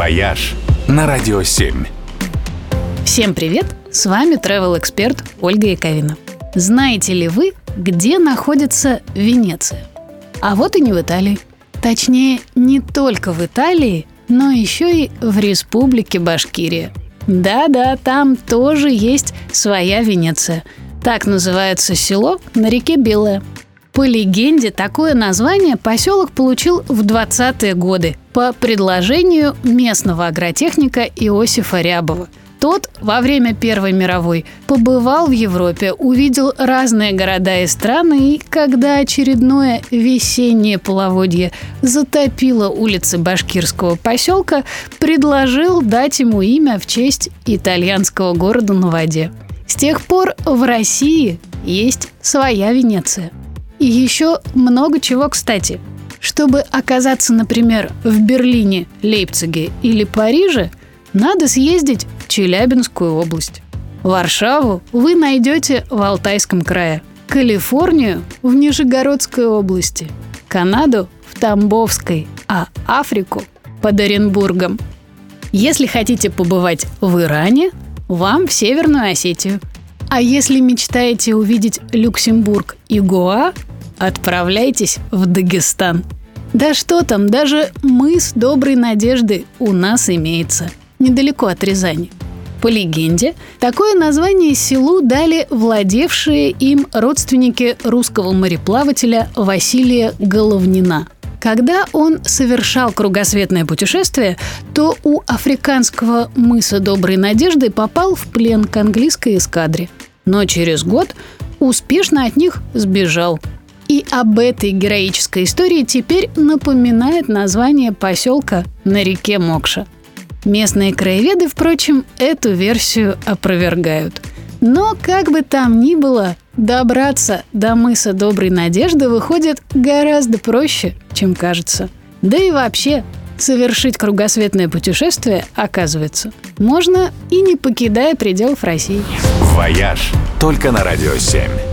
«Вояж» на Радио 7. Всем привет! С вами travel-эксперт Ольга Яковина. Знаете ли вы, где находится Венеция? А вот и не в Италии. Точнее, не только в Италии, но еще и в Республике Башкирия. Да-да, там тоже есть своя Венеция. Так называется село на реке Белая. По легенде, такое название поселок получил в 20-е годы по предложению местного агротехника Иосифа Рябова. Тот во время Первой мировой побывал в Европе, увидел разные города и страны, и когда очередное весеннее половодье затопило улицы башкирского поселка, предложил дать ему имя в честь итальянского города на воде. С тех пор в России есть своя Венеция. И еще много чего, кстати. Чтобы оказаться, например, в Берлине, Лейпциге или Париже, надо съездить в Челябинскую область. Варшаву вы найдете в Алтайском крае, Калифорнию – в Нижегородской области, Канаду – в Тамбовской, а Африку – под Оренбургом. Если хотите побывать в Иране, вам в Северную Осетию. А если мечтаете увидеть Люксембург и Гоа, отправляйтесь в Дагестан. Да что там, даже мыс Доброй Надежды у нас имеется, недалеко от Рязани. По легенде, такое название селу дали владевшие им родственники русского мореплавателя Василия Головнина. Когда он совершал кругосветное путешествие, то у африканского мыса Доброй Надежды попал в плен к английской эскадре. Но через год успешно от них сбежал. И об этой героической истории теперь напоминает название поселка на реке Мокша. Местные краеведы, впрочем, эту версию опровергают. Но как бы там ни было, добраться до мыса Доброй Надежды выходит гораздо проще, чем кажется. Да и вообще, совершить кругосветное путешествие, оказывается, можно и не покидая пределов России. «Вояж» только на Радио 7.